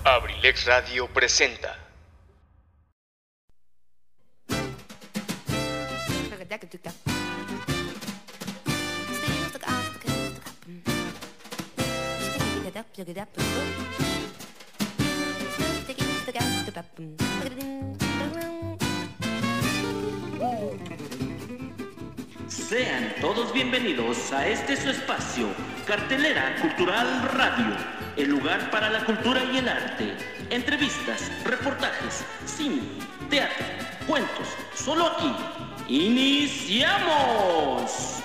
Abrilex Radio presenta. Sean todos bienvenidos a este su espacio, Cartelera Cultural Radio, el lugar para la cultura y el arte. Entrevistas, reportajes, cine, teatro, cuentos, solo aquí. ¡Iniciamos!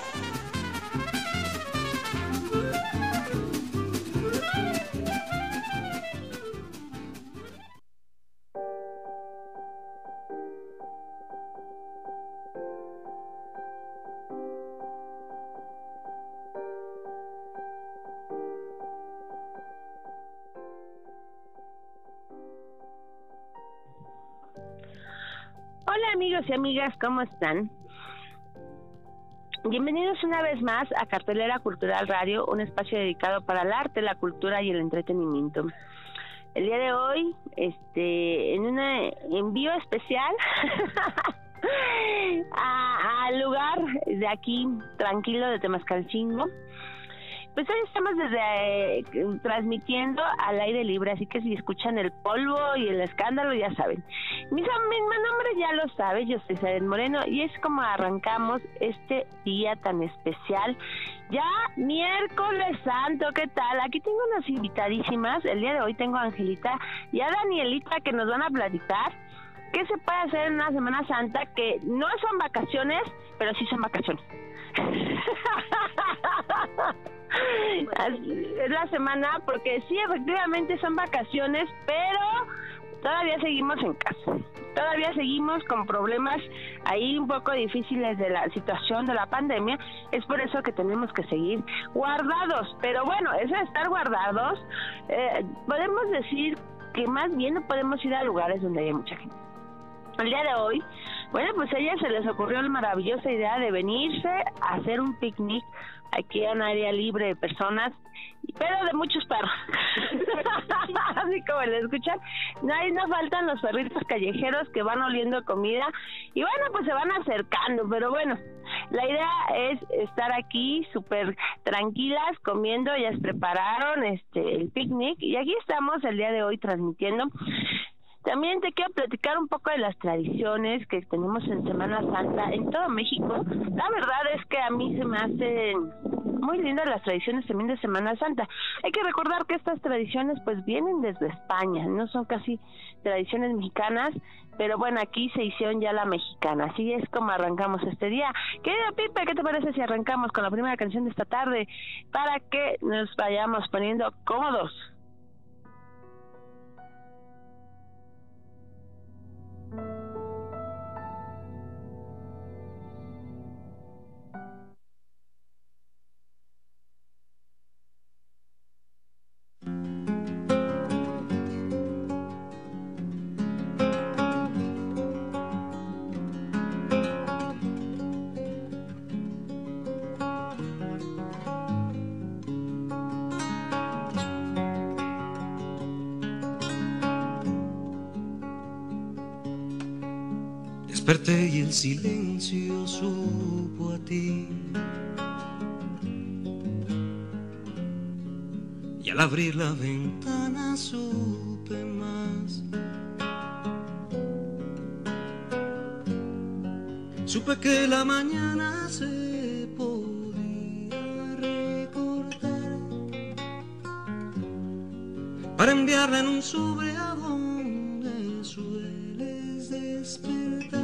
Hola amigos y amigas, ¿cómo están? Bienvenidos una vez más a Cartelera Cultural Radio, un espacio dedicado para el arte, la cultura y el entretenimiento. El día de hoy, en un envío especial al lugar de aquí, tranquilo, de Temascalcingo. Pues hoy estamos transmitiendo al aire libre, así que si escuchan el polvo y el escándalo, ya saben. Mi nombre ya lo sabe, yo soy Saren Moreno, y es como arrancamos este día tan especial. Ya miércoles santo, ¿qué tal? Aquí tengo unas invitadísimas. El día de hoy tengo a Angelita y a Danielita, que nos van a platicar qué se puede hacer en una Semana Santa, que no son vacaciones, pero sí son vacaciones. Es la semana, porque sí, efectivamente son vacaciones, pero todavía seguimos en casa. Todavía seguimos con problemas ahí un poco difíciles de la situación de la pandemia. Es por eso que tenemos que seguir guardados. Pero bueno, eso de estar guardados, podemos decir que más bien no podemos ir a lugares donde haya mucha gente. El día de hoy, bueno, pues a ella se les ocurrió la maravillosa idea de venirse a hacer un picnic aquí en un área libre de personas, pero de muchos perros. Así como le escuchan, no faltan los perritos callejeros que van oliendo comida y bueno, pues se van acercando, pero bueno, la idea es estar aquí súper tranquilas comiendo. Ya se prepararon el picnic y aquí estamos el día de hoy transmitiendo. También te quiero platicar un poco de las tradiciones que tenemos en Semana Santa en todo México. La verdad es que a mí se me hacen muy lindas las tradiciones también de Semana Santa. Hay que recordar que estas tradiciones pues vienen desde España, no son casi tradiciones mexicanas, pero bueno, aquí se hicieron ya la mexicana. Así es como arrancamos este día. Querida Pipe, ¿qué te parece si arrancamos con la primera canción de esta tarde para que nos vayamos poniendo cómodos? Desperté y el silencio supo a ti, y al abrir la ventana supe más. Supe que la mañana se podía recortar para enviarla en un sobre a donde sueles despertar.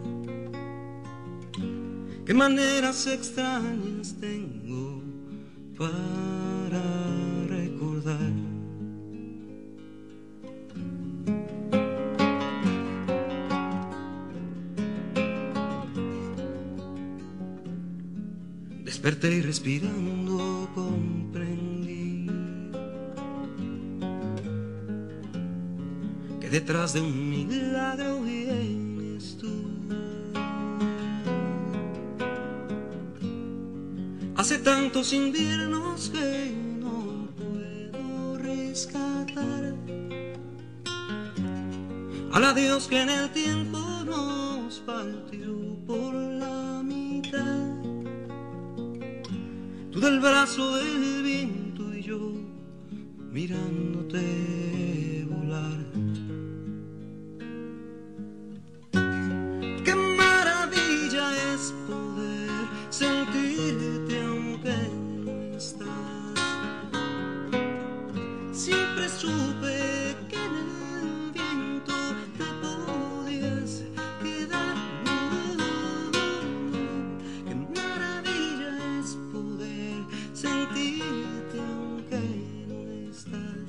Qué maneras extrañas tengo para recordar. Desperté y respirando comprendí que detrás de un milagro vienes tú. Hace tantos inviernos que no puedo rescatar al adiós que en el tiempo nos partió por la mitad. Tú del brazo del viento y yo mirándote volar. Qué maravilla es poder sentirte aunque no estás. Siempre supe que en el viento te podías quedar. Qué maravilla es poder sentirte aunque no estás.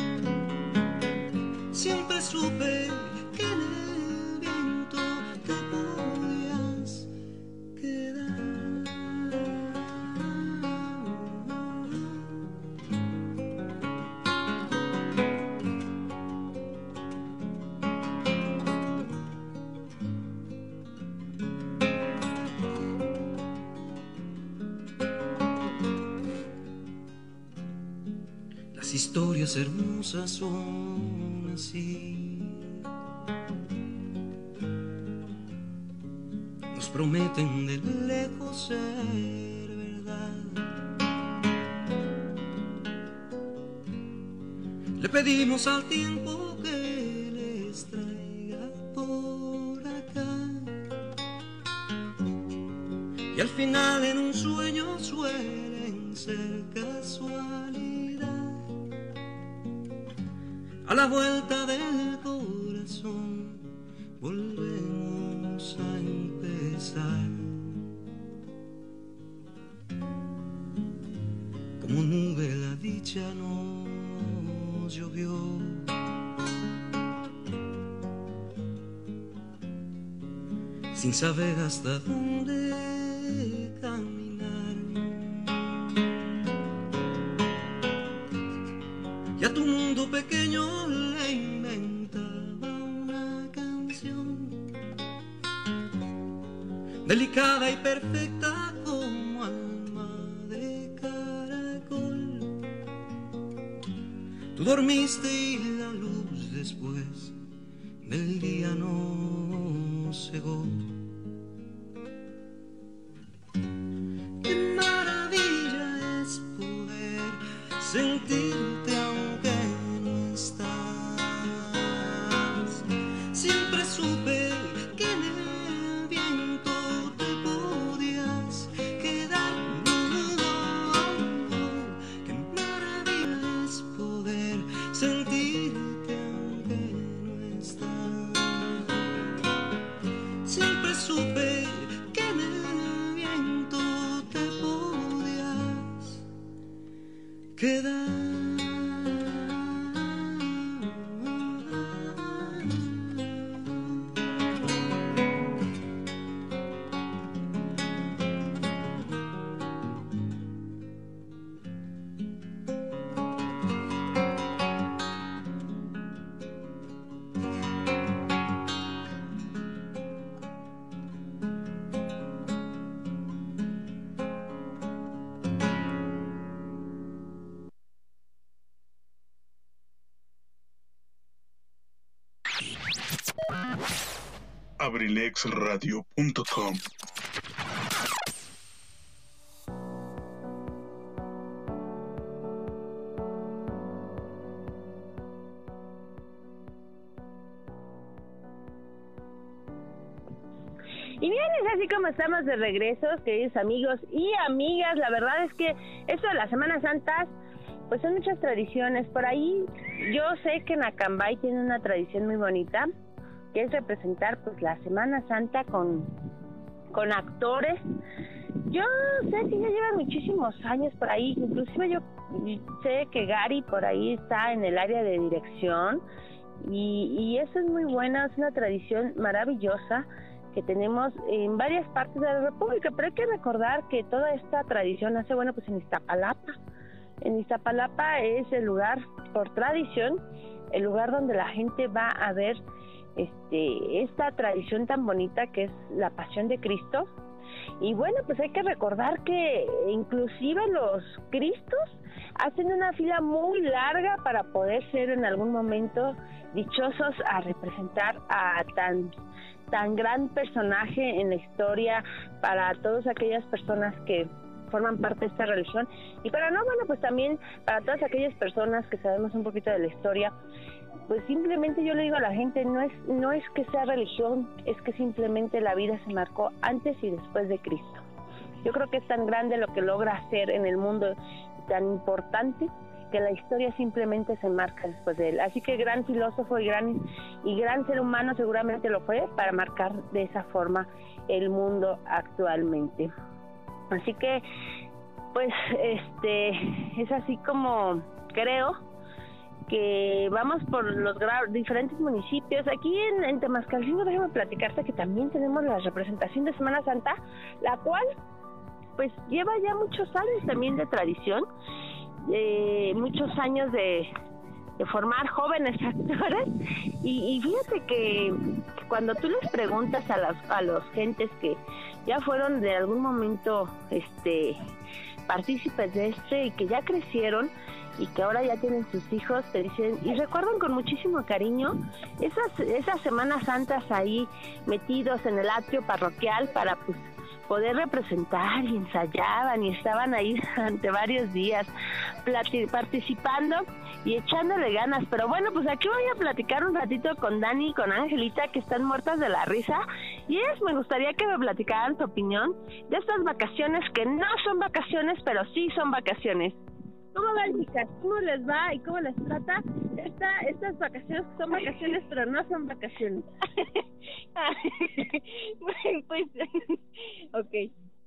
Siempre supe que en el viento te podías quedar. Las historias hermosas son así. Nos prometen de lejos ser verdad. Le pedimos al tiempo que les traiga por acá. Y al final en un sueño suelen ser casualidad. A la vuelta del corazón volvemos a empezar. Como nube la dicha nos llovió. Sin saber hasta dónde caminar. Y a tu mundo pequeño le inventaba una canción delicada y perfecta como alma de caracol. Tú dormiste y la luz después del día nos cegó. Qué maravilla es poder sentirte aunque no estás. Siempre supe que en el viento te podías quedar. Qué maravilla es poder sentirte aunque no estás. Siempre supe que en el viento te podías quedar. abrilexradio.com. Y bien, es así como estamos de regreso, queridos amigos y amigas. La verdad es que esto de las Semanas Santas, pues son muchas tradiciones. Por ahí yo sé que Nacambay tiene una tradición muy bonita, que es representar pues la Semana Santa con actores. Yo sé que ya llevan muchísimos años por ahí, inclusive yo sé que Gary por ahí está en el área de dirección y eso es muy bueno, es una tradición maravillosa que tenemos en varias partes de la República, pero hay que recordar que toda esta tradición nace, bueno, pues en Iztapalapa. En Iztapalapa es el lugar, por tradición, el lugar donde la gente va a ver esta tradición tan bonita que es la Pasión de Cristo. Y bueno, pues hay que recordar que inclusive los Cristos hacen una fila muy larga para poder ser en algún momento dichosos a representar a tan gran personaje en la historia para todas aquellas personas que forman parte de esta religión, y pues también para todas aquellas personas que sabemos un poquito de la historia. Pues simplemente yo le digo a la gente, no es que sea religión, es que simplemente la vida se marcó antes y después de Cristo. Yo creo que es tan grande lo que logra hacer en el mundo, tan importante, que la historia simplemente se marca después de él. Así que gran filósofo y gran ser humano seguramente lo fue para marcar de esa forma el mundo actualmente. Así que pues es así como creo que vamos por los diferentes municipios. Aquí en Temascalcingo, déjame platicarte que también tenemos la representación de Semana Santa, la cual pues lleva ya muchos años también de tradición, muchos años de formar jóvenes actores, y fíjate que cuando tú les preguntas a los gentes que ya fueron de algún momento partícipes de y que ya crecieron y que ahora ya tienen sus hijos, te dicen y recuerdan con muchísimo cariño esas Semanas Santas ahí metidos en el atrio parroquial para pues poder representar, y ensayaban y estaban ahí durante varios días participando y echándole ganas. Pero bueno, pues aquí voy a platicar un ratito con Dani y con Angelita, que están muertas de la risa, y me gustaría que me platicaran su opinión de estas vacaciones que no son vacaciones, pero sí son vacaciones. ¿Cómo van, chicas? ¿Cómo les va y cómo les trata estas vacaciones que son vacaciones pero no son vacaciones? Pues, ok.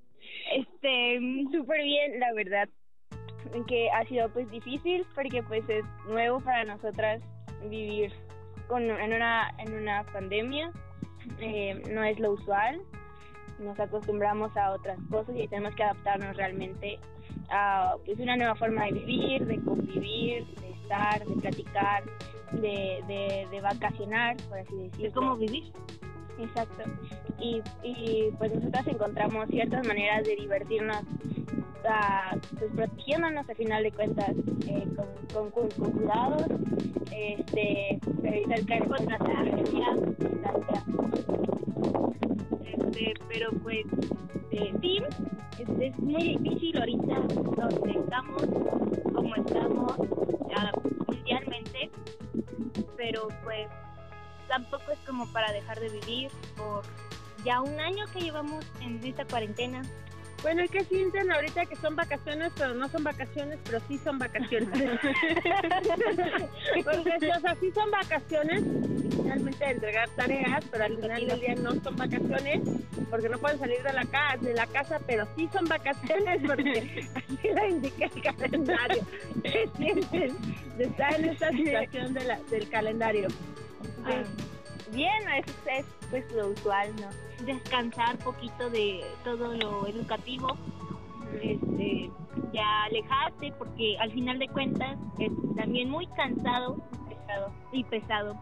Súper bien, la verdad, que ha sido pues difícil porque pues es nuevo para nosotras vivir en una pandemia, no es lo usual, nos acostumbramos a otras cosas y tenemos que adaptarnos realmente a pues una nueva forma de vivir, de convivir, de estar, de platicar, de vacacionar, por así decirlo. ¿De cómo vivir? Exacto. Y pues nosotros encontramos ciertas maneras de divertirnos, pues protegiéndonos al final de cuentas, con cuidados, evitar caer contra la realidad, pero pues sí, es muy difícil ahorita donde estamos, como estamos mundialmente, pero pues tampoco es como para dejar de vivir por ya un año que llevamos en esta cuarentena. Bueno, ¿y qué sienten ahorita que son vacaciones, pero no son vacaciones, pero sí son vacaciones? Porque, o sea, sí son vacaciones, realmente de entregar tareas, pero al final del día no son vacaciones, porque no pueden salir de la casa, pero sí son vacaciones, porque así lo indica el calendario. ¿Qué sienten de estar en esta situación del calendario? Bien, es pues lo usual, ¿no? Descansar poquito de todo lo educativo, ya alejarte, porque al final de cuentas es también muy cansado y pesado,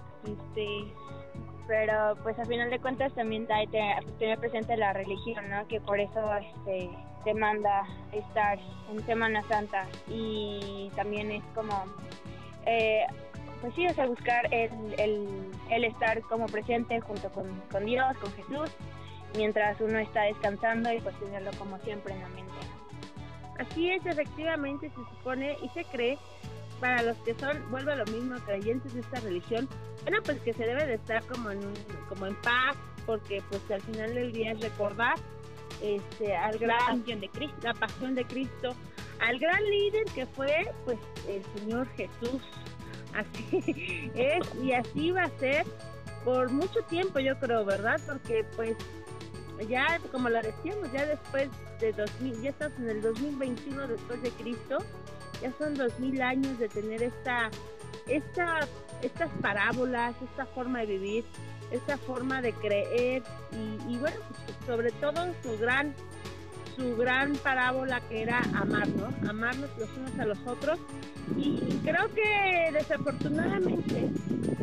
pero pues al final de cuentas también tener presente la religión, ¿no? Que por eso te manda estar en Semana Santa, y también es como pues sí, o sea, buscar el estar como presente junto con Dios, con Jesús, mientras uno está descansando, y pues tenerlo como siempre en la mente. Así es, efectivamente, se supone y se cree, para los que vuelvo a lo mismo, creyentes de esta religión, bueno, pues que se debe de estar como en paz, porque pues al final del día es recordar la pasión de Cristo, al gran líder que fue pues el Señor Jesús. Así es, y así va a ser por mucho tiempo, yo creo, ¿verdad? Porque pues ya, como lo decíamos, ya después de 2000, ya estamos en el 2021 después de Cristo, ya son 2000 años de tener estas parábolas, esta forma de vivir, esta forma de creer, y bueno, pues, sobre todo su gran su gran parábola que era amarnos los unos a los otros. Y creo que desafortunadamente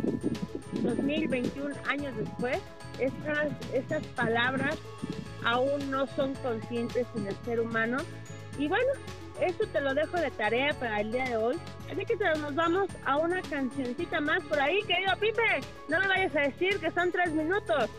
2021 años después estas palabras aún no son conscientes en el ser humano. Y bueno, eso te lo dejo de tarea para el día de hoy. Así que nos vamos a una cancioncita más por ahí, querido Pipe. No me vayas a decir que son 3 minutos.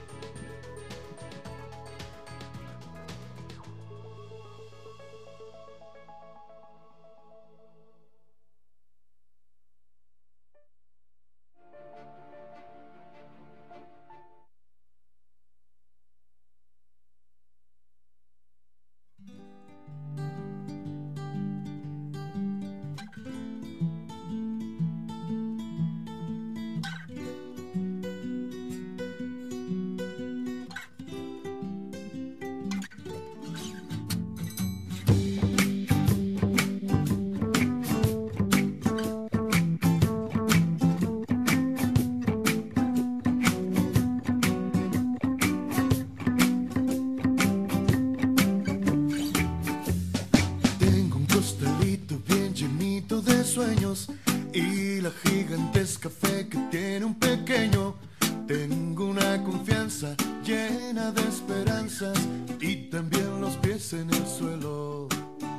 Y la gigantesca fe que tiene un pequeño. Tengo una confianza llena de esperanzas y también los pies en el suelo.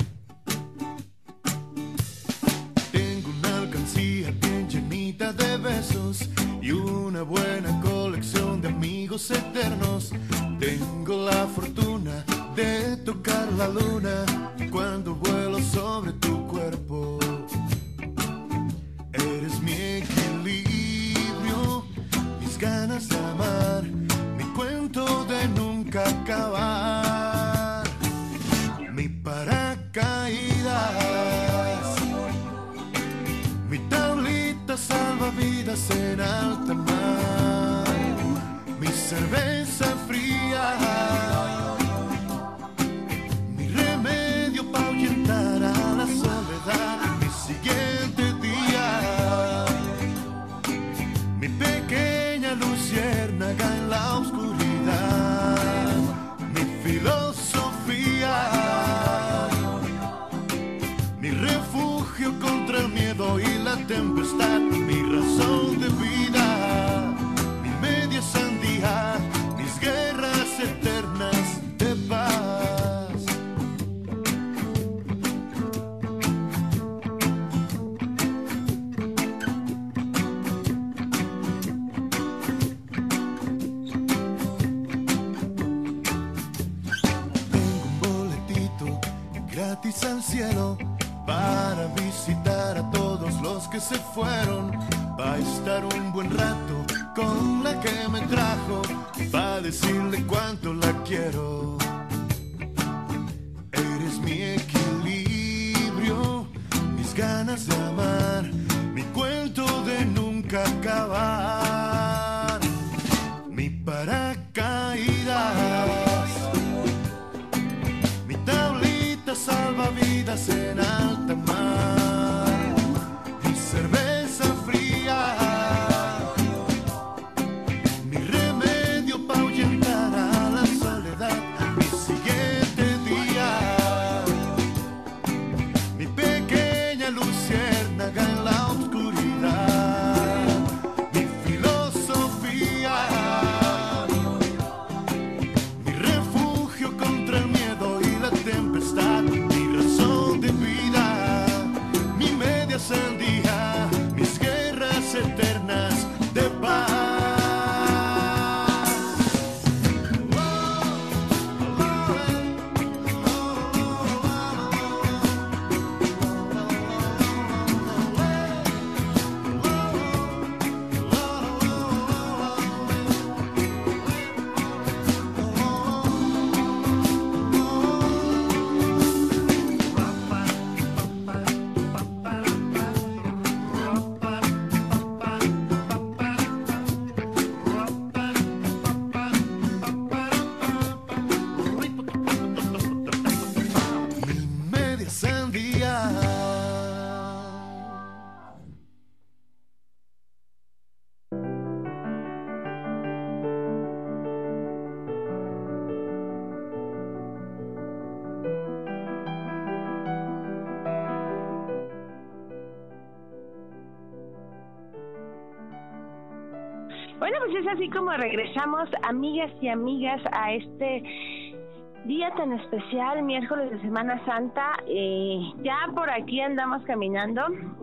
Tengo una alcancía bien llenita de besos y una buena colección de amigos eternos. Tengo la fortuna de tocar la luna cuando vuelo sobre tu cuerpo. Eres mi equilibrio, mis ganas de amar, mi cuento de nunca acabar, mi paracaídas, mi tablita salvavidas en alta mar, mi cerveza fría, mi remedio para ahuyentar a la soledad, mi siguiente luciérnaga en la oscuridad, mi filosofía, mi refugio contra el miedo y la tempestad, mi razón de vida, mi media sandía, mis guerras eternas de paz. Gratis al cielo para visitar a todos los que se fueron, para estar un buen rato con la que me trajo, para decirle cuánto la quiero. Eres mi equilibrio, mis ganas de amar, mi cuento de nunca acabar, mi paracaídas, salvavidas en alta mar, mi cerveza fría, mi remedio para ahuyentar a la soledad, mi siguiente día, mi pequeña luciérnaga en la oscuridad, mi filosofía, mi refugio contra el miedo y la tempestad, mi razón de vida, mi media sandía, mis guerras eternas de paz. Bueno, pues es así como regresamos, amigas y amigas, a este día tan especial, miércoles de Semana Santa. Ya por aquí andamos caminando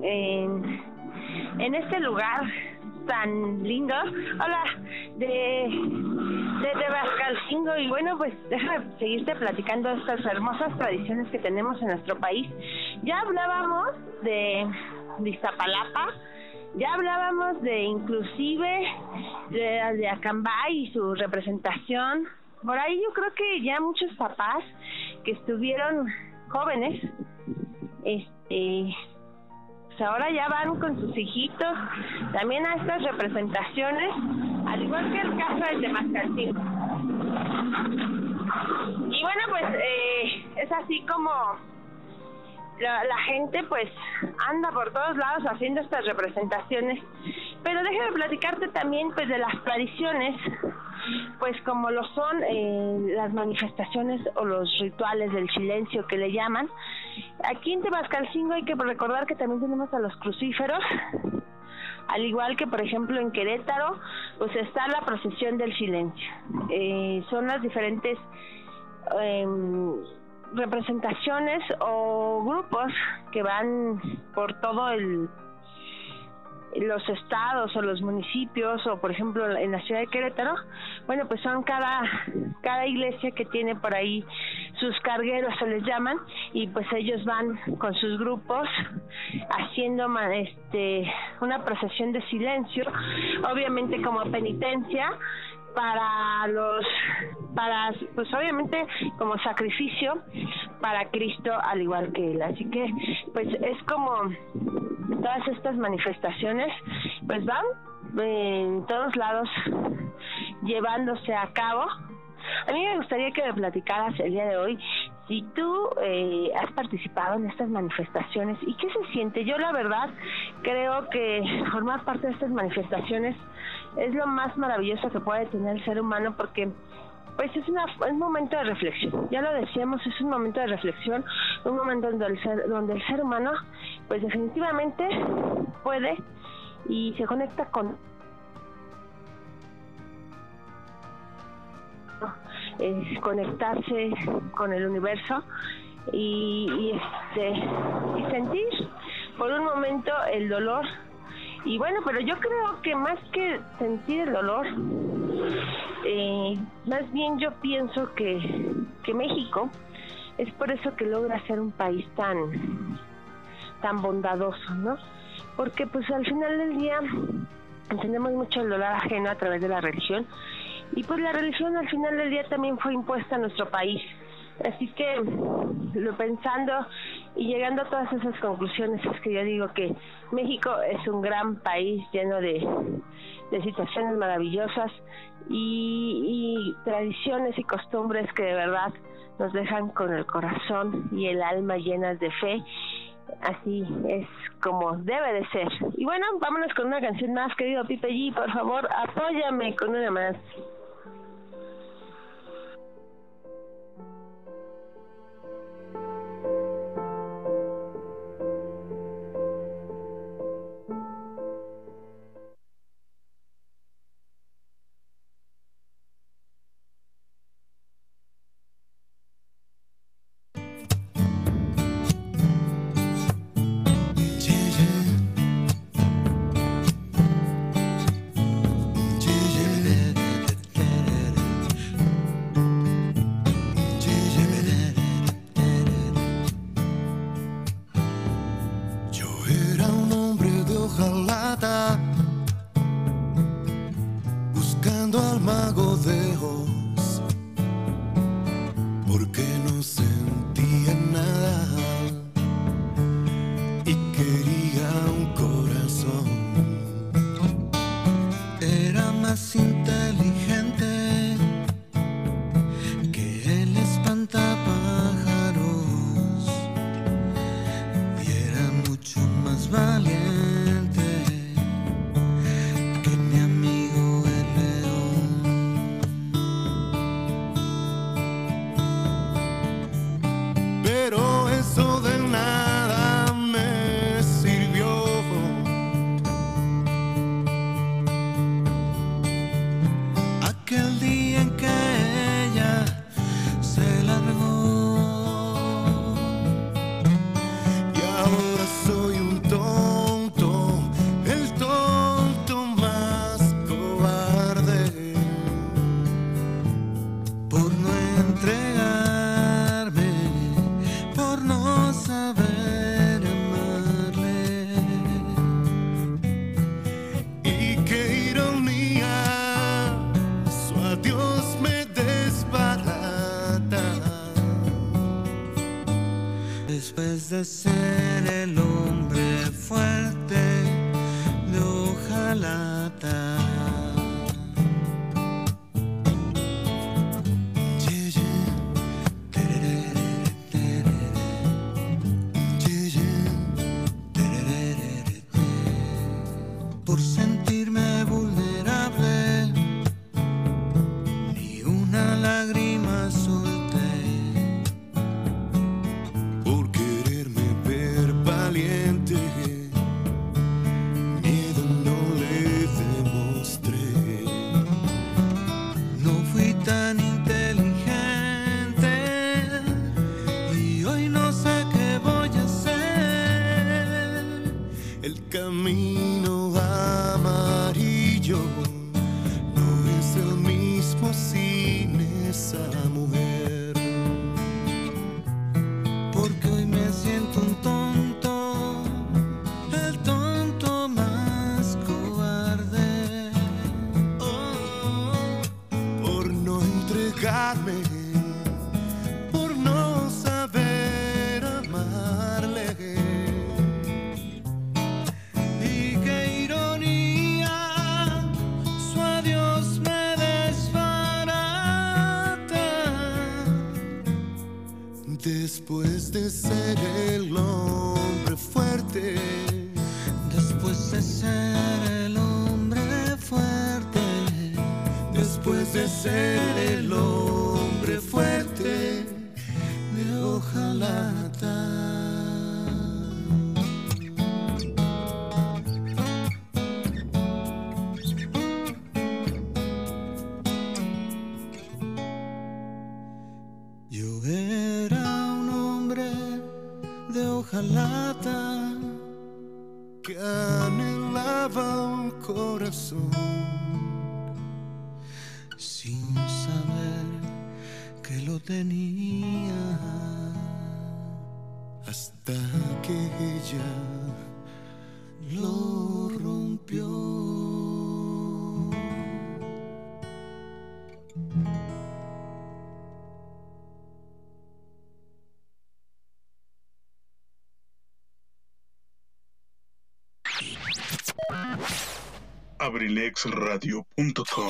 en este lugar tan lindo. Hola, de Tebascalcingo. Y bueno, pues déjame seguirte platicando de estas hermosas tradiciones que tenemos en nuestro país. Ya hablábamos de Iztapalapa, ya hablábamos de inclusive de Acambay y su representación. Por ahí yo creo que ya muchos papás que estuvieron jóvenes, pues ahora ya van con sus hijitos también a estas representaciones, al igual que el caso de Tebascalcingo. Y bueno, pues es así como la gente pues anda por todos lados haciendo estas representaciones. Pero déjame platicarte también pues de las tradiciones, pues como lo son las manifestaciones o los rituales del silencio que le llaman. Aquí en Tebascalcingo hay que recordar que también tenemos a los crucíferos, al igual que por ejemplo en Querétaro pues está la procesión del silencio. Son las diferentes representaciones o grupos que van por todo los estados o los municipios, o por ejemplo en la ciudad de Querétaro. Bueno, pues son cada iglesia que tiene por ahí sus cargueros, se les llaman, y pues ellos van con sus grupos haciendo una procesión de silencio, obviamente como penitencia pues obviamente como sacrificio para Cristo, al igual que él. Así que pues es como todas estas manifestaciones pues van en todos lados llevándose a cabo. A mí me gustaría que me platicaras el día de hoy si tú has participado en estas manifestaciones y qué se siente. Yo la verdad creo que formar parte de estas manifestaciones es lo más maravilloso que puede tener el ser humano, porque pues es un momento de reflexión. Ya lo decíamos, es un momento de reflexión, un momento donde el ser humano pues definitivamente puede y se conecta con conectarse con el universo y sentir por un momento el dolor. Y bueno, pero yo creo que más que sentir el dolor, más bien yo pienso que México es por eso que logra ser un país tan bondadoso, ¿no? Porque pues al final del día entendemos mucho el dolor ajeno a través de la religión, y pues la religión al final del día también fue impuesta a nuestro país. Así que pensando y llegando a todas esas conclusiones es que yo digo que México es un gran país lleno de situaciones maravillosas y tradiciones y costumbres que de verdad nos dejan con el corazón y el alma llenas de fe. Así es como debe de ser. Y bueno, vámonos con una canción más, querido Pipe G, por favor, apóyame con una más. de ser el hombre fuerte de hojalata. Por sentirme vulnerable, ni una lágrima solté. Por quererme ver valiente, miedo no le demostré. No fui tan inteligente y hoy no sé qué voy a hacer. El camino amarillo no es el mismo sin esa mujer. Porque hoy me siento un tonto, el tonto más cobarde. Oh, por no entregarme, por no saber amarle. Y qué ironía, su adiós me desbarata. Después de ser el hombre fuerte, Después de ser el hombre fuerte, después de ser el hombre fuerte de hojalata. yo era un hombre de hojalata. Que anhelaba un corazón Sin saber que lo tenía. hasta que ella lo rompió. abrilexradio.com.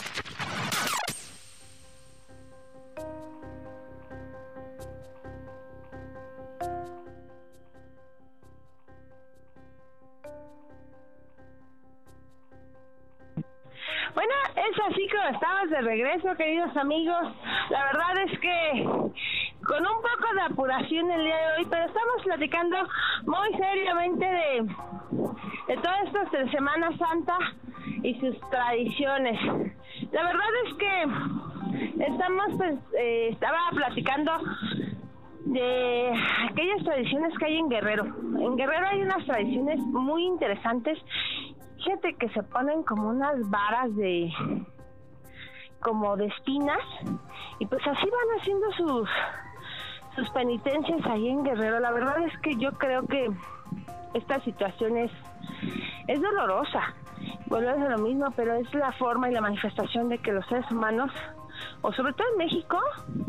Bueno, es así como estamos de regreso, queridos amigos. La verdad es que con un poco de apuración el día de hoy, pero estamos platicando muy seriamente de todo esto de Semana Santa y sus tradiciones. La verdad es que estaba platicando de aquellas tradiciones que hay en Guerrero. En Guerrero hay unas tradiciones muy interesantes. Fíjate que se ponen como unas varas como de espinas, y pues así van haciendo sus penitencias ahí en Guerrero. La verdad es que yo creo que esta situación es dolorosa. Volvemos a lo mismo, pero es la forma y la manifestación de que los seres humanos, o sobre todo en México,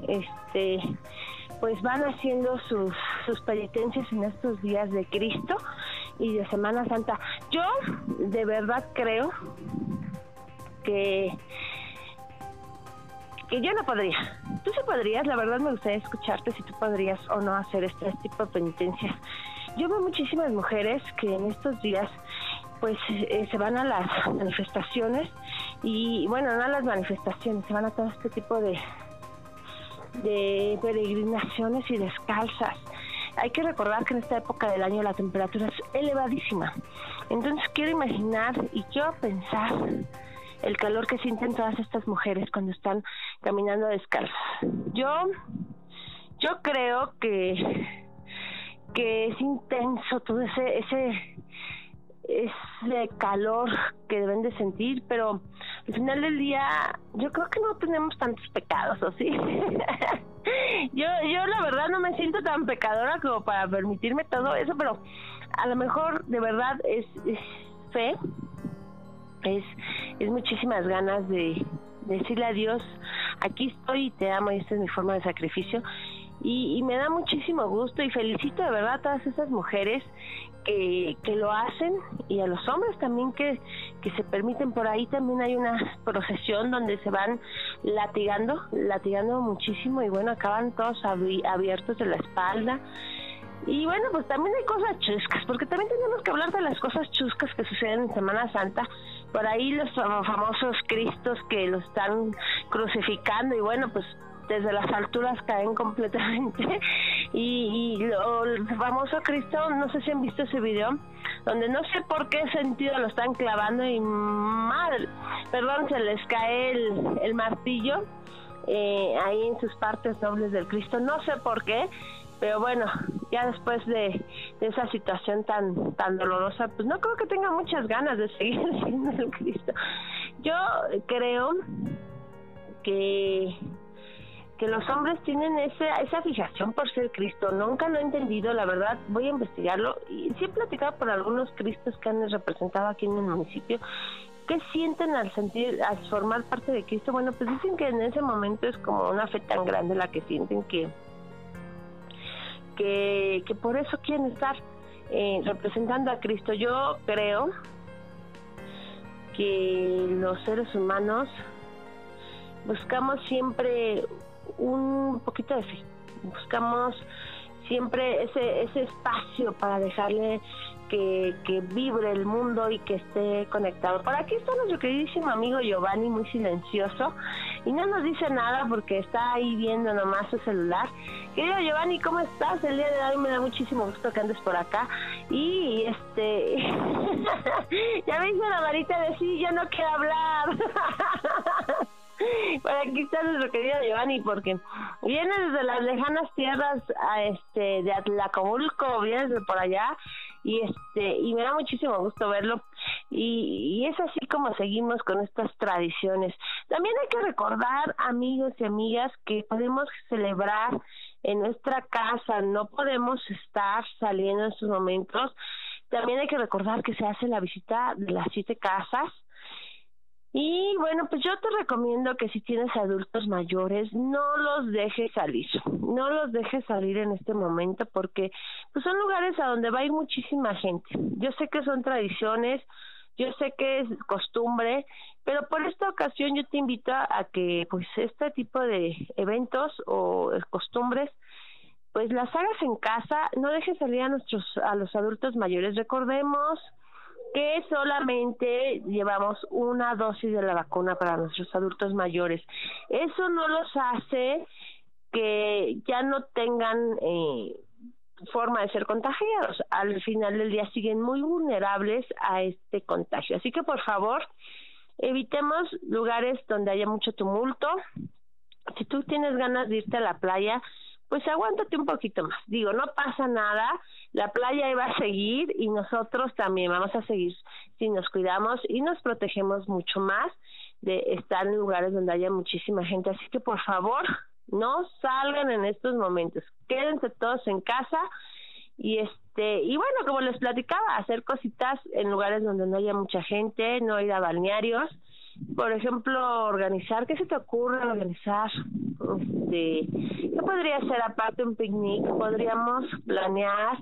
pues van haciendo sus penitencias en estos días de Cristo y de Semana Santa. Yo de verdad creo que yo no podría. Tú sí podrías. La verdad me gustaría escucharte si tú podrías o no hacer este tipo de penitencias. Yo veo muchísimas mujeres que en estos días pues se van a las manifestaciones, y bueno, no a las manifestaciones, se van a todo este tipo de peregrinaciones y descalzas. Hay que recordar que en esta época del año la temperatura es elevadísima. Entonces quiero imaginar y quiero pensar el calor que sienten todas estas mujeres cuando están caminando descalzas. Yo creo que es intenso todo ese calor que deben de sentir, pero al final del día yo creo que no tenemos tantos pecados, ¿o sí? yo la verdad no me siento tan pecadora como para permitirme todo eso, pero a lo mejor de verdad es fe, es muchísimas ganas de decirle a Dios: aquí estoy y te amo, y esta es mi forma de sacrificio. y me da muchísimo gusto y felicito de verdad a todas esas mujeres que lo hacen, y a los hombres también que se permiten. Por ahí también hay una procesión donde se van latigando muchísimo, y bueno, acaban todos abiertos de la espalda. Y bueno, pues también hay cosas chuscas, porque también tenemos que hablar de las cosas chuscas que suceden en Semana Santa. Por ahí los famosos cristos que los están crucificando, y bueno, pues desde las alturas caen completamente. Y el famoso Cristo, no sé si han visto ese video, donde no sé por qué sentido lo están clavando y se les cae el martillo ahí en sus partes nobles del Cristo. No sé por qué, pero bueno, ya después de esa situación tan dolorosa, pues no creo que tenga muchas ganas de seguir siendo el Cristo. Yo creo que los hombres tienen esa fijación por ser Cristo. Nunca lo he entendido, la verdad. Voy a investigarlo, y sí he platicado por algunos Cristos que han representado aquí en el municipio. ¿Qué sienten al formar parte de Cristo? Bueno, pues dicen que en ese momento es como una fe tan grande la que sienten que por eso quieren estar representando a Cristo. Yo creo que los seres humanos buscamos siempre un poquito de fe, buscamos siempre ese espacio para dejarle que vibre el mundo y que esté conectado. Por aquí está nuestro queridísimo amigo Giovanni, muy silencioso, y no nos dice nada porque está ahí viendo nomás su celular. Querido Giovanni, ¿cómo estás? El día de hoy me da muchísimo gusto que andes por acá. Y ya me hizo la varita de sí, yo no quiero hablar. Por aquí está nuestro querido Giovanni, porque viene desde las lejanas tierras de Atlacomulco, viene desde por allá, y me da muchísimo gusto verlo, y es así como seguimos con estas tradiciones. También hay que recordar, amigos y amigas, que podemos celebrar en nuestra casa, no podemos estar saliendo en estos momentos. También hay que recordar que se hace la visita de las 7 casas. Y bueno, pues yo te recomiendo que si tienes adultos mayores, no los dejes salir en este momento, porque pues son lugares a donde va a ir muchísima gente. Yo sé que son tradiciones, yo sé que es costumbre, pero por esta ocasión yo te invito a que pues este tipo de eventos o costumbres pues las hagas en casa. No dejes salir a los adultos mayores. Recordemos que solamente llevamos una dosis de la vacuna para nuestros adultos mayores. Eso no los hace que ya no tengan forma de ser contagiados. Al final del día siguen muy vulnerables a este contagio. Así que por favor, evitemos lugares donde haya mucho tumulto. Si tú tienes ganas de irte a la playa, pues aguántate un poquito más. Digo, no pasa nada, la playa va a seguir y nosotros también vamos a seguir si nos cuidamos y nos protegemos mucho más de estar en lugares donde haya muchísima gente. Así que por favor, no salgan en estos momentos, quédense todos en casa y bueno, como les platicaba, hacer cositas en lugares donde no haya mucha gente, no ir a balnearios. Por ejemplo, organizar, ¿qué se te ocurre organizar? ¿Qué podría ser aparte un picnic? Podríamos planear,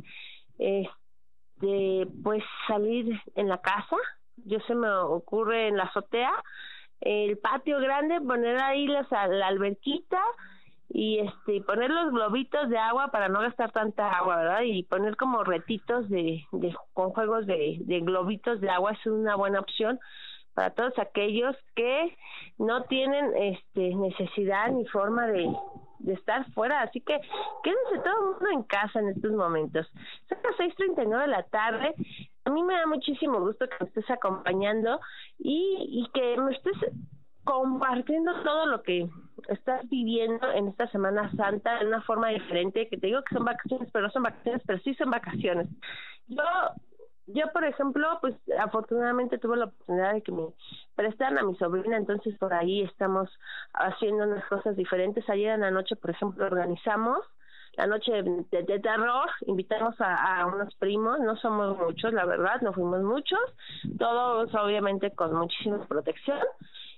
pues salir en la casa. Yo se me ocurre en la azotea, el patio grande, poner ahí la alberquita y poner los globitos de agua para no gastar tanta agua, ¿verdad? Y poner como retitos con juegos de globitos de agua es una buena opción para todos aquellos que no tienen necesidad ni forma de estar fuera. Así que quédense todo el mundo en casa en estos momentos. Son las 6:39 de la tarde. A mí me da muchísimo gusto que me estés acompañando y que me estés compartiendo todo lo que estás viviendo en esta Semana Santa de una forma diferente, que te digo que son vacaciones, pero no son vacaciones, pero sí son vacaciones. Yo, por ejemplo, pues afortunadamente tuve la oportunidad de que me prestaran a mi sobrina, entonces por ahí estamos haciendo unas cosas diferentes. Ayer en la noche, por ejemplo, organizamos la noche de terror, invitamos a unos primos, no somos muchos, la verdad, no fuimos muchos, todos obviamente con muchísima protección,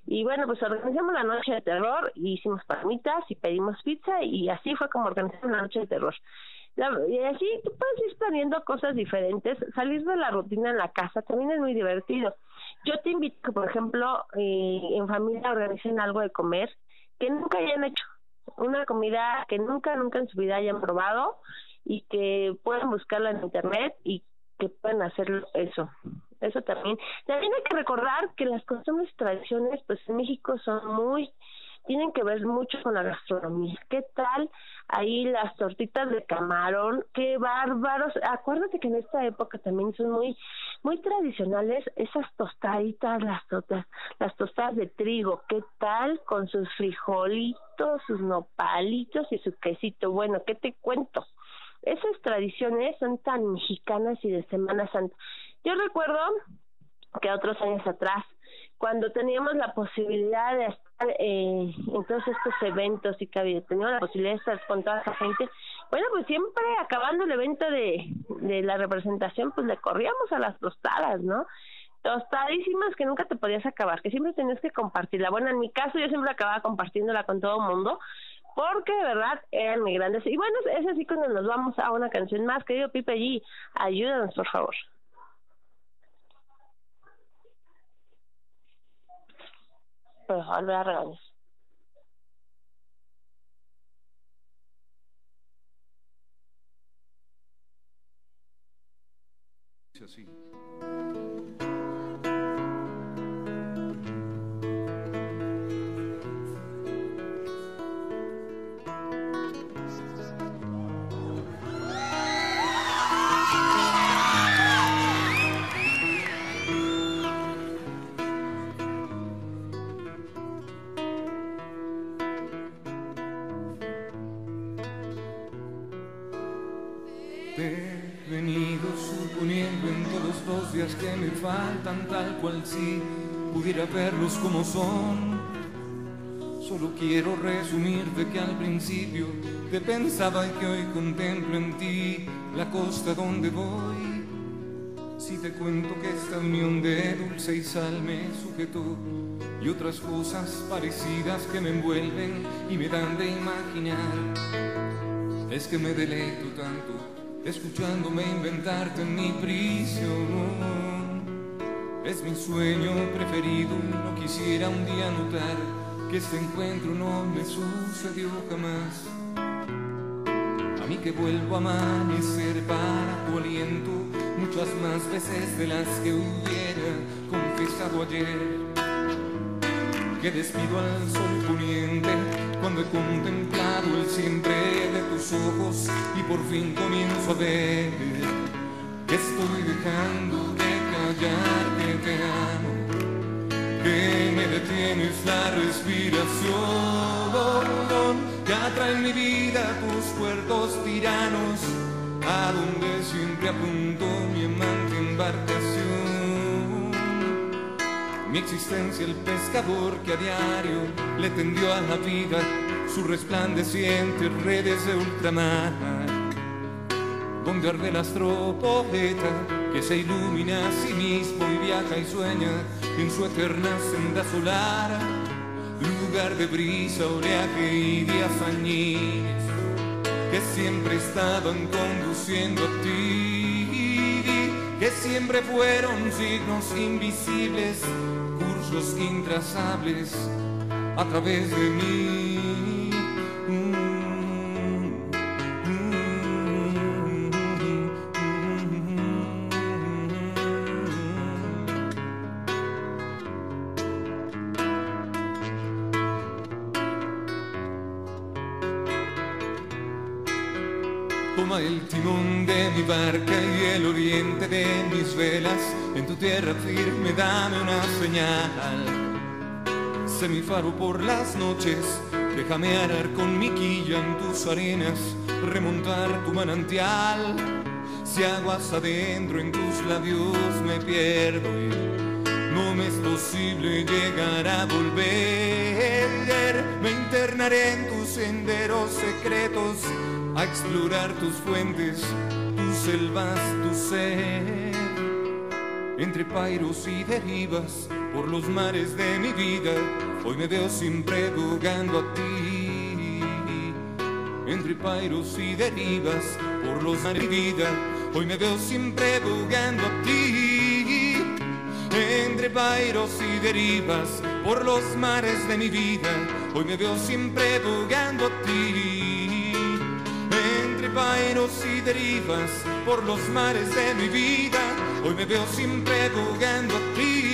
Y bueno, pues organizamos la noche de terror, y hicimos palomitas y pedimos pizza, y así fue como organizamos la noche de terror. Y así tú puedes ir planeando cosas diferentes, salir de la rutina en la casa también es muy divertido. Yo te invito que, por ejemplo, en familia organicen algo de comer que nunca hayan hecho, una comida que nunca en su vida hayan probado, y que puedan buscarla en internet y que puedan hacer eso también. También hay que recordar que las costumbres y tradiciones, pues en México tienen que ver mucho con la gastronomía. ¿Qué tal ahí las tortitas de camarón? ¡Qué bárbaros! Acuérdate que en esta época también son muy tradicionales esas tostaditas, las tostadas de trigo. ¿Qué tal con sus frijolitos, sus nopalitos y su quesito? Bueno, ¿qué te cuento? Esas tradiciones son tan mexicanas y de Semana Santa. Yo recuerdo que otros años atrás, cuando teníamos la posibilidad de estar en todos estos eventos y que teníamos la posibilidad de estar con toda esa gente, bueno, pues siempre acabando el evento de la representación, pues le corríamos a las tostadas, ¿no? Tostadísimas que nunca te podías acabar, que siempre tenías que compartirla. Bueno, en mi caso yo siempre acababa compartiéndola con todo el mundo, porque de verdad eran muy grandes. Y bueno, es así cuando nos vamos a una canción más. Querido Pipe G, ayúdanos, por favor. Por favor, me la regañas. Así. He venido suponiendo en todos los días que me faltan, tal cual si pudiera verlos como son. Solo quiero resumirte que al principio te pensaba y que hoy contemplo en ti la costa donde voy. Si te cuento que esta unión de dulce y sal me sujetó, y otras cosas parecidas que me envuelven y me dan de imaginar, es que me deleito tanto escuchándome inventarte en mi prisión. Es mi sueño preferido, no quisiera un día notar que este encuentro no me sucedió jamás. A mí que vuelvo a amanecer para tu aliento muchas más veces de las que hubiera confesado ayer. Que despido al sol poniente cuando he contemplado el siempre de tus ojos y por fin comienzo a ver que estoy dejando de callar que te amo, que me detienes la respiración, que atrae en mi vida tus puertos tiranos, a donde siempre apunto mi amante embarcación. Mi existencia el pescador que a diario le tendió a la vida sus resplandecientes redes de ultramar, donde arde el astropoeta que se ilumina a sí mismo y viaja y sueña en su eterna senda solar, lugar de brisa, oleaje y días añiles que siempre estaban conduciendo a ti, que siempre fueron signos invisibles, cursos intrazables a través de mí. Toma el timón de mi barca y el oriente de mis velas, en tu tierra firme dame una señal. Sé mi faro por las noches, déjame arar con mi quilla en tus arenas, remontar tu manantial. Si aguas adentro en tus labios me pierdo y no me es posible llegar a volver, me internaré en tus senderos secretos, a explorar tus fuentes, tus selvas, tu sed. entre pairos y derivas, por los mares de mi vida, hoy me veo siempre jugando a ti. Entre pairos y derivas, por los mares de mi vida, hoy me veo siempre jugando a ti. Entre pairos y derivas, por los mares de mi vida, hoy me veo siempre jugando a ti. Entre pairos y derivas, por los mares de mi vida, hoy me veo siempre jugando a ti.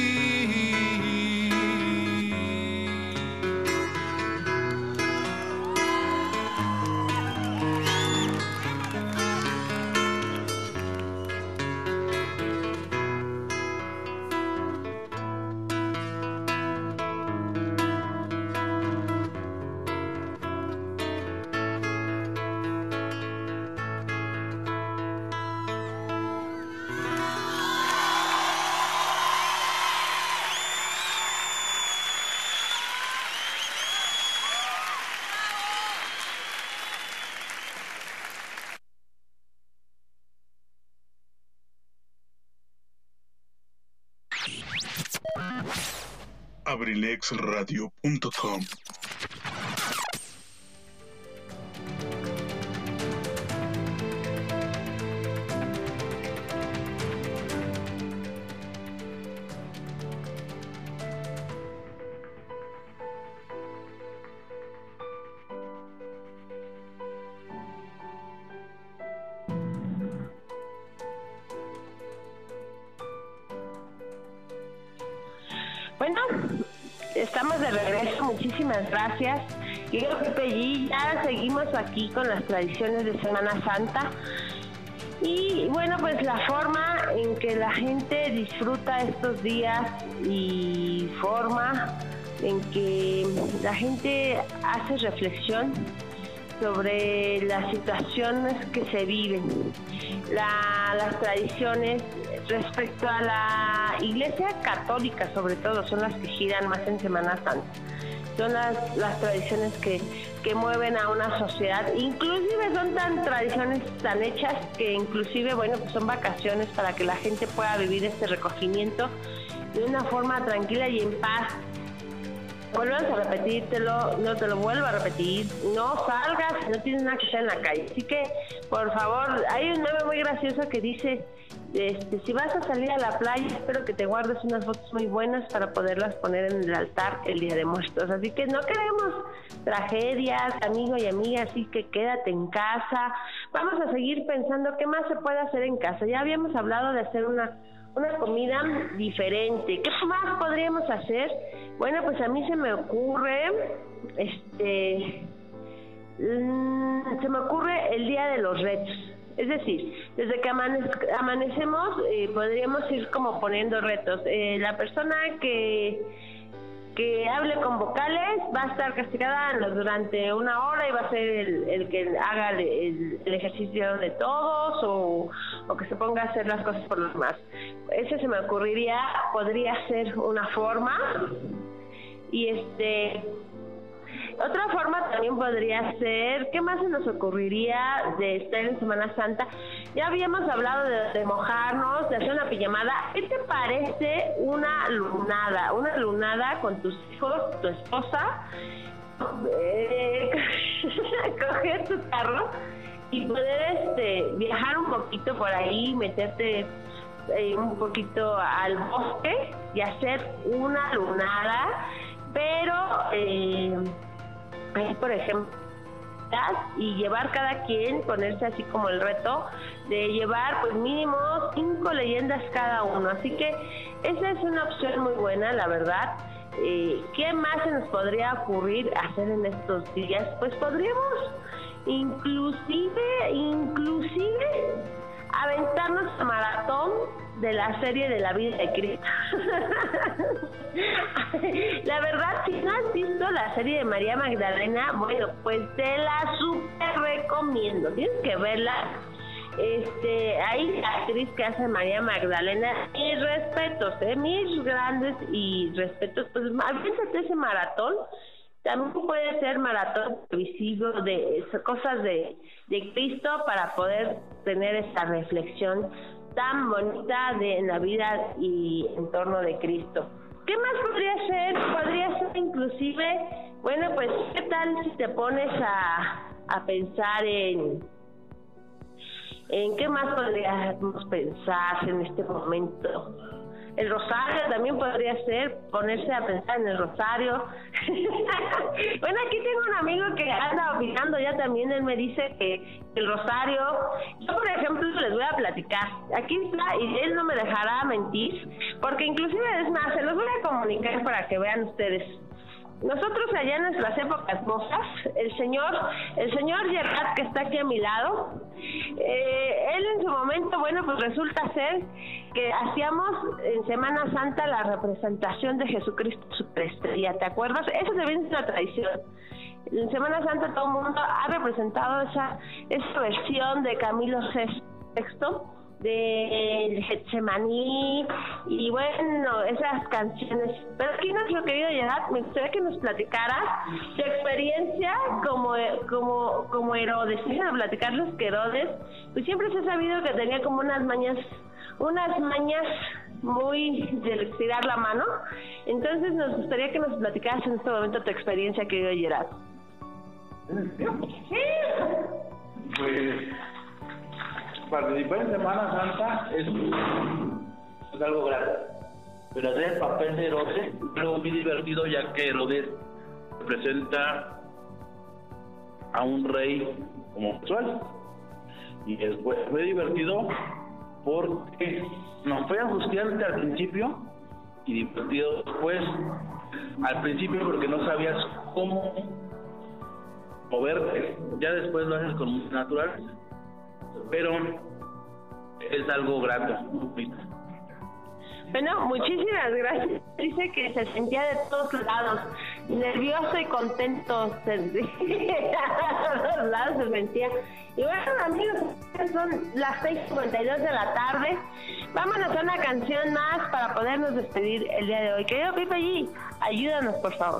abrilexradio.com. Bueno, estamos de regreso, muchísimas gracias. Y yo, Pepe G, ya seguimos aquí con las tradiciones de Semana Santa. Y bueno, pues la forma en que la gente disfruta estos días y forma en que la gente hace reflexión sobre las situaciones que se viven, las tradiciones respecto a la Iglesia Católica, sobre todo, son las que giran más en Semana Santa. Son las tradiciones que mueven a una sociedad, inclusive son tradiciones tan hechas que inclusive, bueno, pues son vacaciones para que la gente pueda vivir este recogimiento de una forma tranquila y en paz. Vuelvas a repetírtelo, no te lo vuelvo a repetir, no salgas, no tienes nada que hacer en la calle. Así que, por favor, hay un meme muy gracioso que dice, si vas a salir a la playa, espero que te guardes unas fotos muy buenas para poderlas poner en el altar el Día de Muertos. Así que no queremos tragedias, amigo y amiga, así que quédate en casa. Vamos a seguir pensando qué más se puede hacer en casa. Ya habíamos hablado de hacer una comida diferente. ¿Qué más podríamos hacer? Bueno, pues a mí se me ocurre, el Día de los Retos. Es decir, desde que amanecemos podríamos ir como poniendo retos. La persona que hable con vocales va a estar castigada durante 1 hora y va a ser el que haga el ejercicio de todos o que se ponga a hacer las cosas por los demás. Ese se me ocurriría, podría ser una forma. Y otra forma también podría ser, ¿qué más se nos ocurriría de estar en Semana Santa? Ya habíamos hablado de mojarnos, de hacer una pijamada. ¿Qué te parece una lunada? Una lunada con tus hijos, tu esposa, coger tu carro y poder viajar un poquito por ahí, meterte un poquito al bosque y hacer una lunada, pero por ejemplo, y llevar cada quien, ponerse así como el reto de llevar pues mínimo 5 leyendas cada uno. Así que esa es una opción muy buena, la verdad. ¿Qué más se nos podría ocurrir hacer en estos días? Pues podríamos inclusive aventarnos a maratón de la serie de la vida de Cristo. La verdad, si no has visto la serie de María Magdalena, bueno, pues te la súper recomiendo, tienes que verla. Ahí la actriz que hace María Magdalena, mis respetos, mis grandes y respetos, pues aviéntate ese maratón. También puede ser maratón televisivo de cosas de Cristo para poder tener esa reflexión tan bonita de Navidad y en torno de Cristo. ¿Qué más podría ser? Podría ser inclusive, bueno, pues, ¿qué tal si te pones a pensar en qué más podríamos pensar en este momento? El rosario también podría ser, ponerse a pensar en el rosario. Bueno, aquí tengo un amigo que anda opinando ya también, él me dice que el rosario, yo por ejemplo les voy a platicar, aquí está, y él no me dejará mentir, porque inclusive es más, se los voy a comunicar para que vean ustedes. Nosotros allá en nuestras épocas mozas, el señor Gerard, que está aquí a mi lado, él en su momento, bueno, pues resulta ser que hacíamos en Semana Santa la representación de Jesucristo Superestrella, ¿te acuerdas? Eso también es una tradición. En Semana Santa todo el mundo ha representado esa versión de Camilo VI, de Getsemaní, y bueno, esas canciones. Pero aquí nuestro querido Gerard, me gustaría que nos platicaras tu experiencia como Herodes. Déjame platicarles que Herodes, pues siempre se ha sabido que tenía como unas mañas muy de estirar la mano. Entonces nos gustaría que nos platicaras en este momento tu experiencia, querido Gerard. Sí. Pues participar en Semana Santa es algo grande, pero hacer el papel de Herodes es algo muy divertido, ya que Herodes representa a un rey homosexual, y después fue divertido porque no fue angustiante al principio y divertido después. Al principio porque no sabías cómo moverte, ya después lo haces con mucho natural, pero es algo grato. Bueno, muchísimas gracias. Dice que se sentía de todos lados, nervioso y contento, de todos lados se sentía. Y bueno, amigos, son las 6:52 de la tarde. Vámonos a una canción más para podernos despedir el día de hoy. Querido Pipe G, ayúdanos, por favor.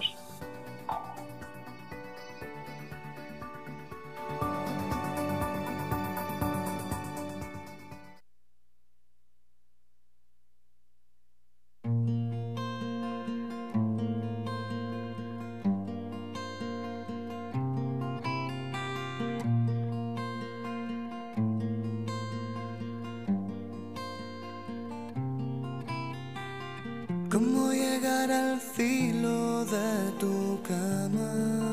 ¿Cómo llegar al filo de tu cama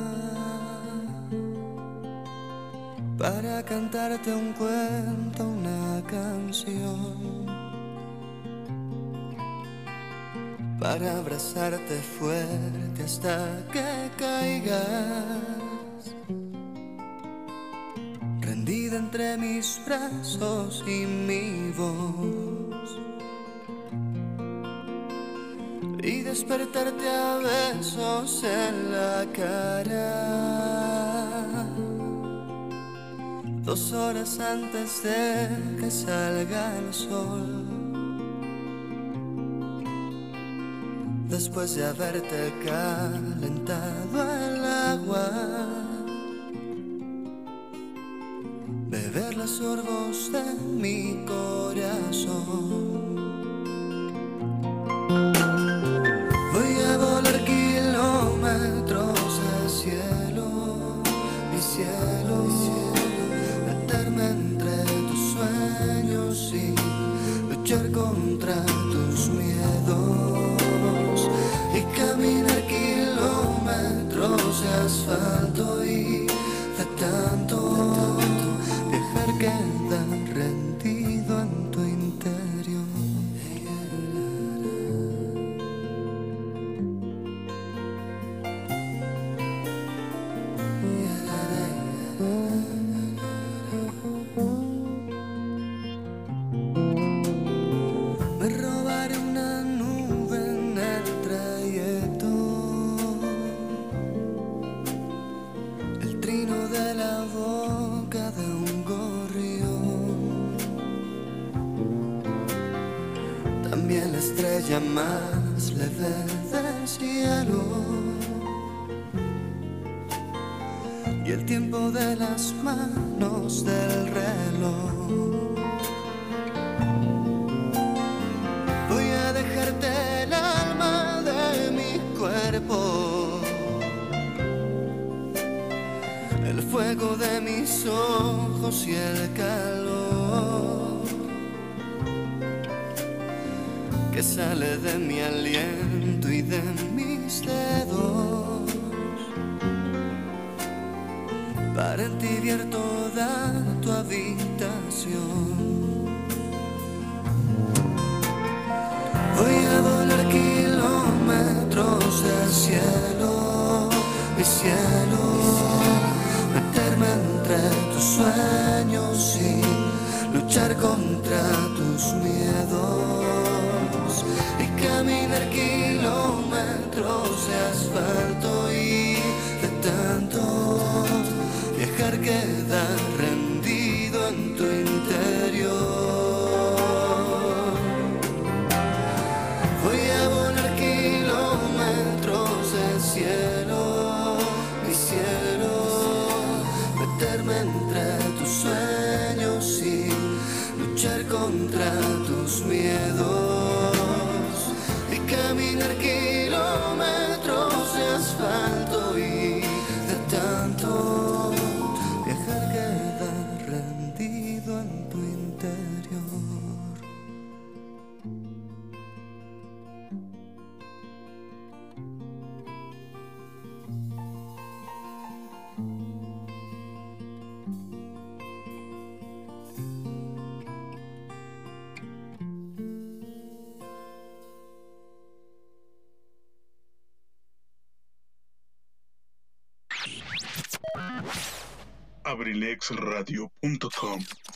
para cantarte un cuento, una canción, para abrazarte fuerte hasta que caigas, rendida entre mis brazos y mi voz, y despertarte a besos en la cara 2 horas antes de que salga el sol, después de haberte calentado el agua, beber los sorbos de mi corazón. Voy a volar kilómetros de cielo, mi cielo, meterme entre tus sueños y luchar contra tus miedos, y caminar kilómetros de asfalto y de tanto viajar queda rendido en tu interior. Me robaré una nube en el trayecto, el trino de la boca de un gorrión, también la estrella más leve del cielo, y el tiempo de las manos del reloj. cuerpo, el fuego de mis ojos y el calor que sale de mi aliento y de mis dedos. Para entibiar toda tu habitación. Voy a volar kilómetros del cielo, mi cielo, meterme entre tus sueños y luchar contra tus miedos y caminar kilómetros de asfalto y de tanto viajar quedar rendido en tu interior. Voy a volar kilómetros del cielo, mi cielo, meterme entre tus sueños y luchar contra tus miedos y caminar kilómetros de asfalto y de tanto viajar quedar rendido en tu interior. abrilexradio.com.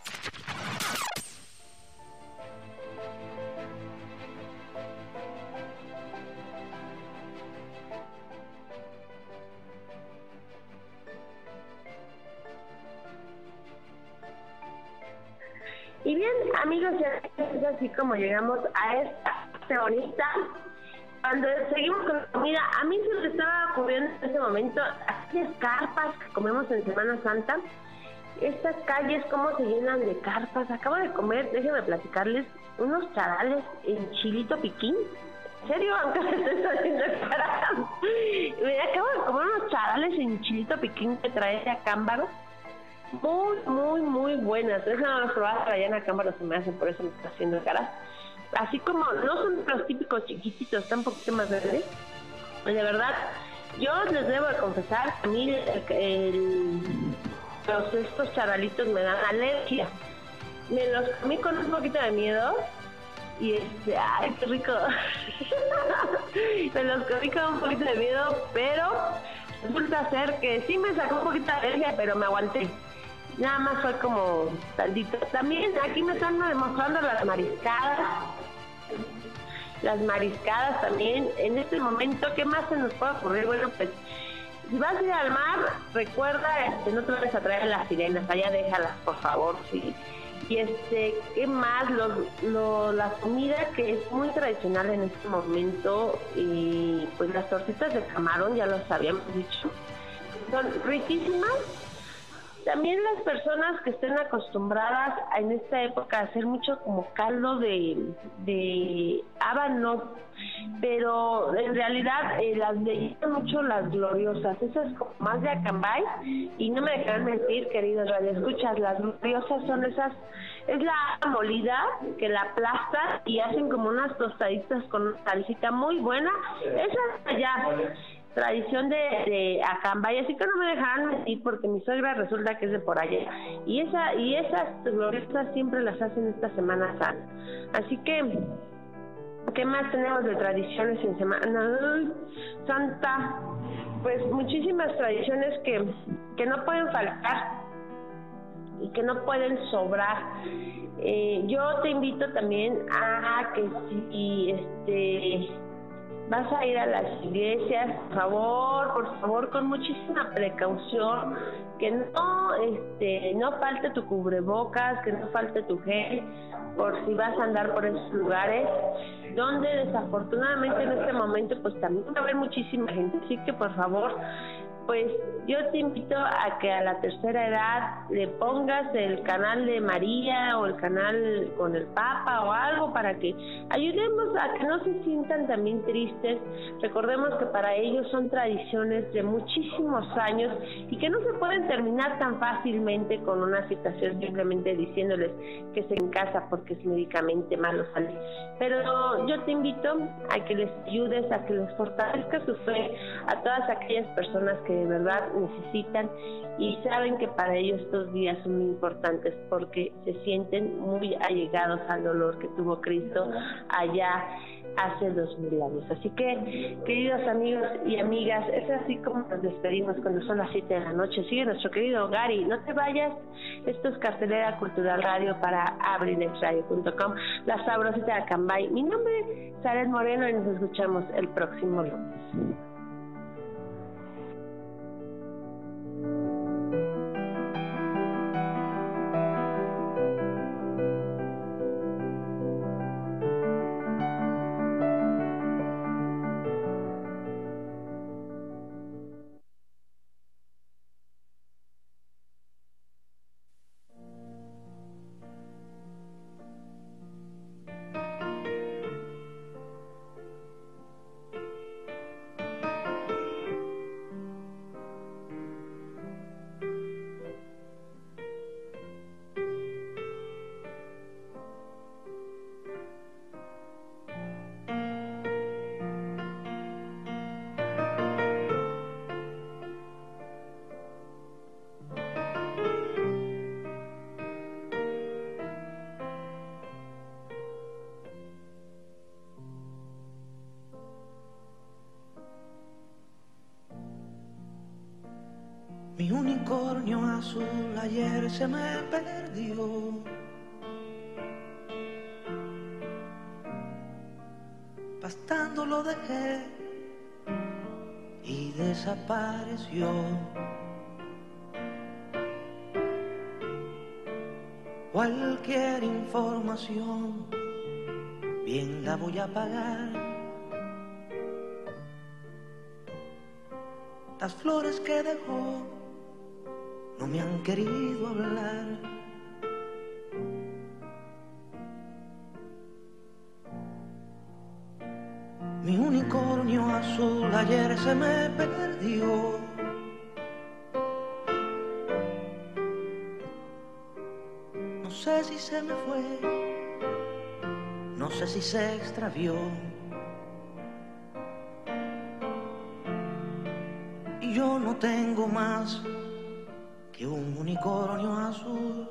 Y bien, amigos, ya es así como llegamos a esta parte bonita. Cuando seguimos con la comida, a mí se me estaba ocurriendo en este momento aquellas carpas que comemos en Semana Santa. Estas calles, cómo se llenan de carpas. Acabo de comer, déjenme platicarles, unos charales en chilito piquín. ¿En serio? Aunque me estoy haciendo cara. Me acabo de comer unos charales en chilito piquín que trae de Acámbaro. Muy, muy, muy buenas. Déjenme probar allá en Acámbaro, se me hacen, por eso me está haciendo cara. Así como no son los típicos chiquititos, están un poquito más grandes. De verdad, yo les debo de confesar, a mí estos charalitos me dan alergia. Me los comí con un poquito de miedo y ¡ay, qué rico! Me los comí con un poquito de miedo, pero resulta ser que sí me sacó un poquito de alergia, pero me aguanté. Nada más fue como tantito. También aquí me están demostrando las mariscadas. Las mariscadas también. En este momento, ¿qué más se nos puede ocurrir? Bueno, pues, si vas a ir al mar, recuerda, no te vayas a traer las sirenas, allá déjalas, por favor, sí. Y ¿qué más? La comida que es muy tradicional en este momento, y pues las tortitas de camarón, ya los habíamos dicho, son riquísimas. También las personas que estén acostumbradas en esta época a hacer mucho como caldo de habano, pero en realidad las gustan mucho las gloriosas, esas como más de Acambay, y no me dejarán mentir, queridos radioescuchas, las gloriosas son esas, es la molida que la aplastan y hacen como unas tostaditas con una salsita muy buena, esas allá. Tradición de Acambay, así que no me dejarán mentir porque mi suegra resulta que es de por allá y esas gloriosas siempre las hacen esta Semana Santa. Así que, ¿qué más tenemos de tradiciones en Semana Santa? Pues muchísimas tradiciones que no pueden faltar y que no pueden sobrar. Yo te invito también a que si vas a ir a las iglesias, por favor, con muchísima precaución, que no falte tu cubrebocas, que no falte tu gel, por si vas a andar por esos lugares, donde desafortunadamente en este momento pues también va a haber muchísima gente, así que por favor, pues yo te invito a que a la tercera edad le pongas el canal de María o el canal con el Papa o algo para que ayudemos a que no se sientan también tristes. Recordemos que para ellos son tradiciones de muchísimos años y que no se pueden terminar tan fácilmente con una situación simplemente diciéndoles que se en casa porque es médicamente malo salir. Pero yo te invito a que les ayudes, a que les fortalezca su fe a todas aquellas personas que de verdad necesitan y saben que para ellos estos días son muy importantes porque se sienten muy allegados al dolor que tuvo Cristo allá hace 2000 años. Así que, queridos amigos y amigas, es así como nos despedimos cuando son las 7 de la noche. Sigue nuestro querido Gary, no te vayas. Esto es Cartelera Cultural Radio para abrilexradio.com, la sabrosita de Acambay. Mi nombre es Saret Moreno y nos escuchamos el próximo lunes. Mi unicornio azul ayer se me perdió. Pastando lo dejé y desapareció. Cualquier información bien la voy a pagar. Las flores que dejó no me han querido hablar. Mi unicornio azul ayer se me perdió. No sé si se me fue, no sé si se extravió. Y yo no tengo más que un unicornio azul.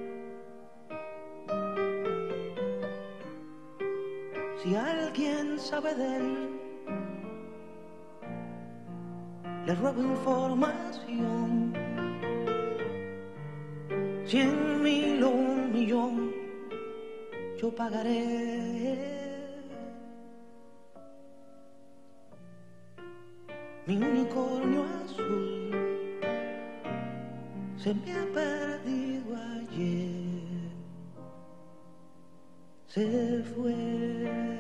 Si alguien sabe de él, le ruego información. 100.000 o 1.000.000 yo pagaré. Mi unicornio azul se me ha perdido ayer, se fue.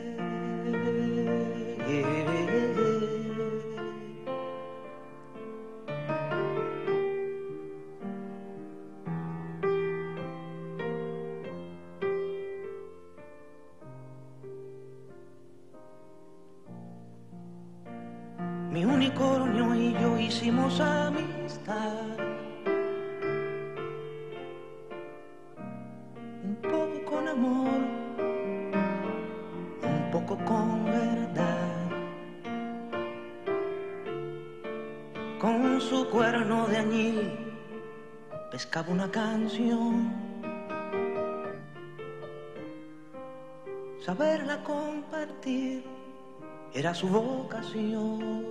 Mi unicornio y yo hicimos amistad, un poco con amor, un poco con verdad. Con su cuerno de añil pescaba una canción, saberla compartir era su vocación.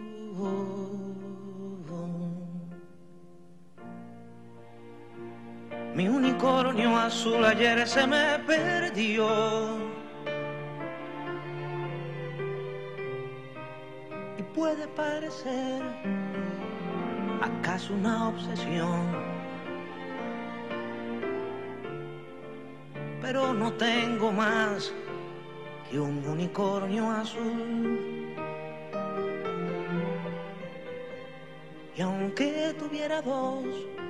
Mi unicornio azul ayer se me perdió. Y puede parecer acaso una obsesión, pero no tengo más que un unicornio azul. Y aunque tuviera dos,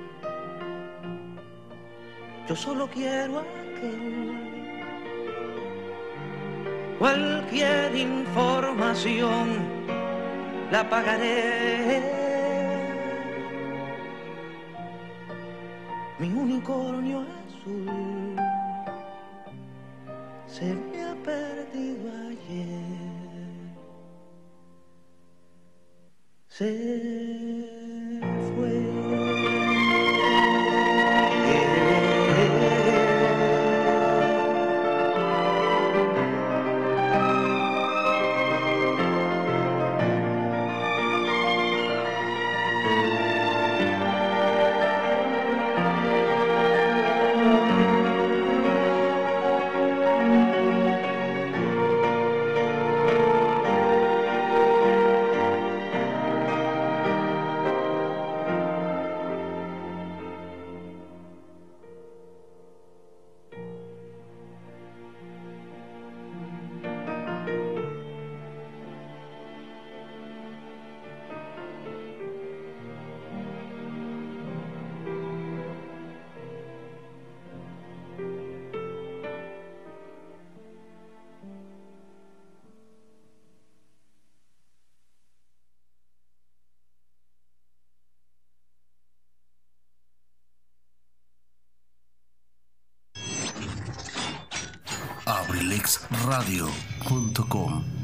yo solo quiero aquel. Cualquier información la pagaré. Mi unicornio azul se me ha perdido ayer. Se fue. abrilexradio.com